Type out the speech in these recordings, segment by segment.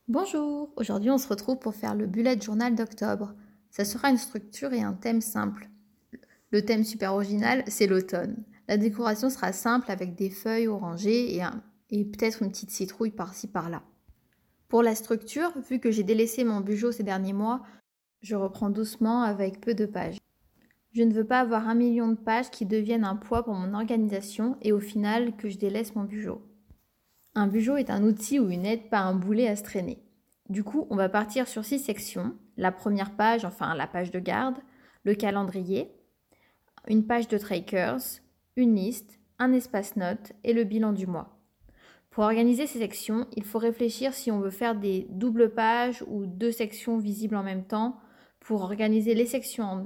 Bonjour, aujourd'hui on se retrouve pour faire le bullet journal d'octobre. Ça sera une structure et un thème simple. Le thème super original, c'est l'automne. La décoration sera simple avec des feuilles orangées et peut-être une petite citrouille par-ci par-là. Pour la structure, vu que j'ai délaissé mon bugeot ces derniers mois, je reprends doucement avec peu de pages. Je ne veux pas avoir 1 million de pages qui deviennent un poids pour mon organisation et au final que je délaisse mon bugeot. Un bugeot est un outil ou une aide, pas un boulet à se traîner. Du coup, on va partir sur 6 sections. La première page, enfin la page de garde, le calendrier, une page de trackers, une liste, un espace notes et le bilan du mois. Pour organiser ces sections, il faut réfléchir si on veut faire des doubles pages ou 2 sections visibles en même temps pour organiser les sections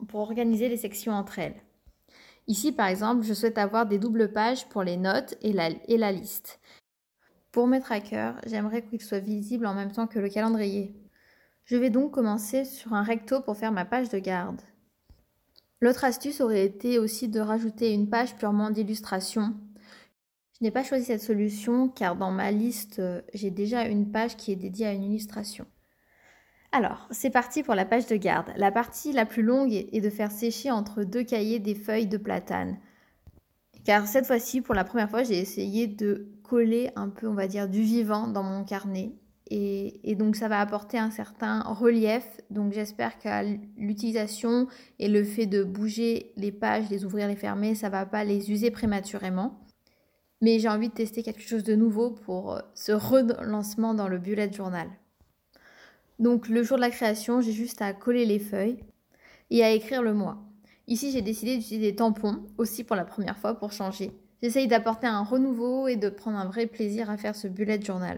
entre elles. Ici, par exemple, je souhaite avoir des doubles pages pour les notes et la liste. Pour mes trackers, j'aimerais qu'ils soient visibles en même temps que le calendrier. Je vais donc commencer sur un recto pour faire ma page de garde. L'autre astuce aurait été aussi de rajouter une page purement d'illustration. Je n'ai pas choisi cette solution car dans ma liste, j'ai déjà une page qui est dédiée à une illustration. Alors, c'est parti pour la page de garde. La partie la plus longue est de faire sécher entre 2 cahiers des feuilles de platane. Car cette fois-ci, pour la première fois, j'ai essayé de coller un peu, on va dire, du vivant dans mon carnet. Et donc ça va apporter un certain relief. Donc j'espère qu'à l'utilisation et le fait de bouger les pages, les ouvrir, les fermer, ça ne va pas les user prématurément. Mais j'ai envie de tester quelque chose de nouveau pour ce relancement dans le bullet journal. Donc le jour de la création, j'ai juste à coller les feuilles et à écrire le mois. Ici, j'ai décidé d'utiliser des tampons, aussi pour la première fois, pour changer. J'essaye d'apporter un renouveau et de prendre un vrai plaisir à faire ce bullet journal.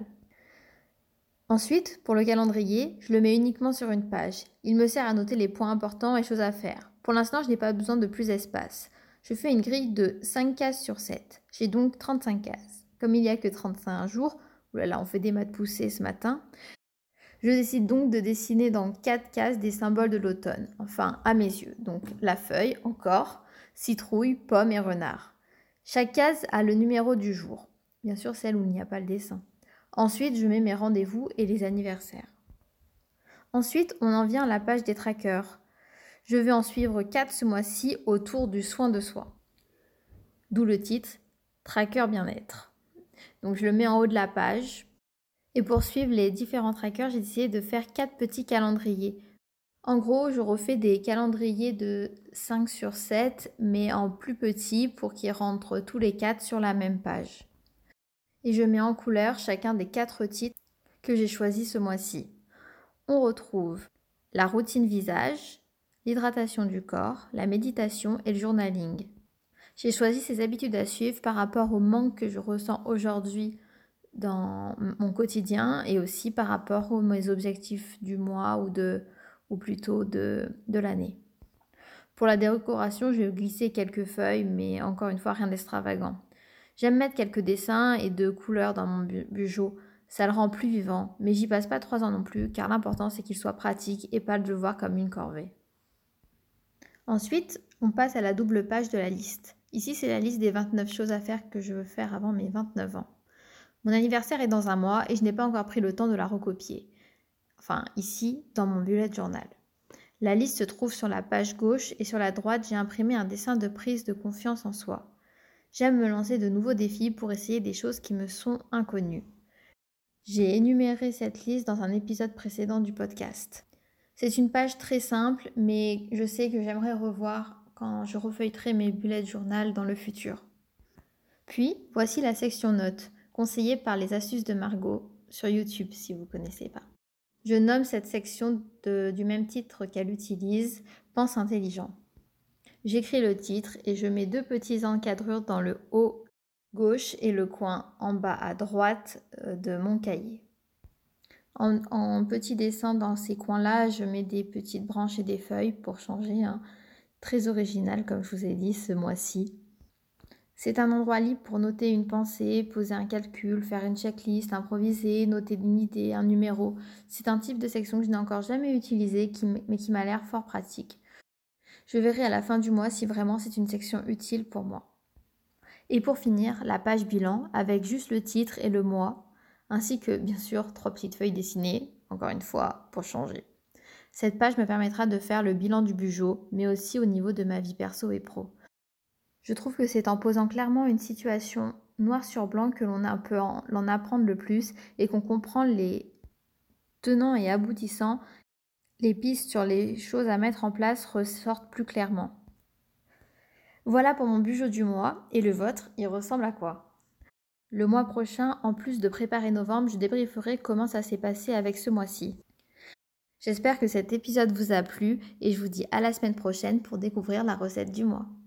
Ensuite, pour le calendrier, je le mets uniquement sur une page. Il me sert à noter les points importants et choses à faire. Pour l'instant, je n'ai pas besoin de plus d'espace. Je fais une grille de 5 cases sur 7. J'ai donc 35 cases. Comme il n'y a que 35 jours, oulala, on fait des maths poussées ce matin, je décide donc de dessiner dans 4 cases des symboles de l'automne, enfin à mes yeux. Donc la feuille, encore, citrouille, pomme et renard. Chaque case a le numéro du jour, bien sûr celle où il n'y a pas le dessin. Ensuite, je mets mes rendez-vous et les anniversaires. Ensuite, on en vient à la page des trackers. Je vais en suivre 4 ce mois-ci autour du soin de soi. D'où le titre, Tracker bien-être. Donc je le mets en haut de la page. Et pour suivre les différents trackers, j'ai décidé de faire 4 petits calendriers. En gros, je refais des calendriers de 5 sur 7, mais en plus petit pour qu'ils rentrent tous les 4 sur la même page. Et je mets en couleur chacun des 4 titres que j'ai choisis ce mois-ci. On retrouve la routine visage, l'hydratation du corps, la méditation et le journaling. J'ai choisi ces habitudes à suivre par rapport au manque que je ressens aujourd'hui dans mon quotidien et aussi par rapport aux mes objectifs du mois ou plutôt de l'année. Pour la décoration, je vais glisser quelques feuilles, mais encore une fois, rien d'extravagant. J'aime mettre quelques dessins et de couleurs dans mon bugeot. Ça le rend plus vivant, mais j'y passe pas 3 ans non plus, car l'important c'est qu'il soit pratique et pas de le voir comme une corvée. Ensuite, on passe à la double page de la liste. Ici, c'est la liste des 29 choses à faire que je veux faire avant mes 29 ans. Mon anniversaire est dans un mois et je n'ai pas encore pris le temps de la recopier. Enfin, ici, dans mon bullet journal. La liste se trouve sur la page gauche et sur la droite, j'ai imprimé un dessin de prise de confiance en soi. J'aime me lancer de nouveaux défis pour essayer des choses qui me sont inconnues. J'ai énuméré cette liste dans un épisode précédent du podcast. C'est une page très simple, mais je sais que j'aimerais revoir quand je refeuilleterai mes bullet journal dans le futur. Puis, voici la section notes, conseillée par les astuces de Margot sur YouTube si vous ne connaissez pas. Je nomme cette section du même titre qu'elle utilise, Pense intelligent. J'écris le titre et je mets 2 petites encadrures dans le haut gauche et le coin en bas à droite de mon cahier. En petit dessin dans ces coins-là, je mets des petites branches et des feuilles pour changer. Très original comme je vous ai dit ce mois-ci. C'est un endroit libre pour noter une pensée, poser un calcul, faire une checklist, improviser, noter une idée, un numéro. C'est un type de section que je n'ai encore jamais utilisé, mais qui m'a l'air fort pratique. Je verrai à la fin du mois si vraiment c'est une section utile pour moi. Et pour finir, la page bilan avec juste le titre et le mois, ainsi que bien sûr 3 petites feuilles dessinées, encore une fois, pour changer. Cette page me permettra de faire le bilan du Bugeaud, mais aussi au niveau de ma vie perso et pro. Je trouve que c'est en posant clairement une situation noir sur blanc que l'on peut en apprendre le plus et qu'on comprend les tenants et aboutissants, les pistes sur les choses à mettre en place ressortent plus clairement. Voilà pour mon Bugeaud du mois, et le vôtre, il ressemble à quoi? Le mois prochain, en plus de préparer novembre, je débrieferai comment ça s'est passé avec ce mois-ci. J'espère que cet épisode vous a plu et je vous dis à la semaine prochaine pour découvrir la recette du mois.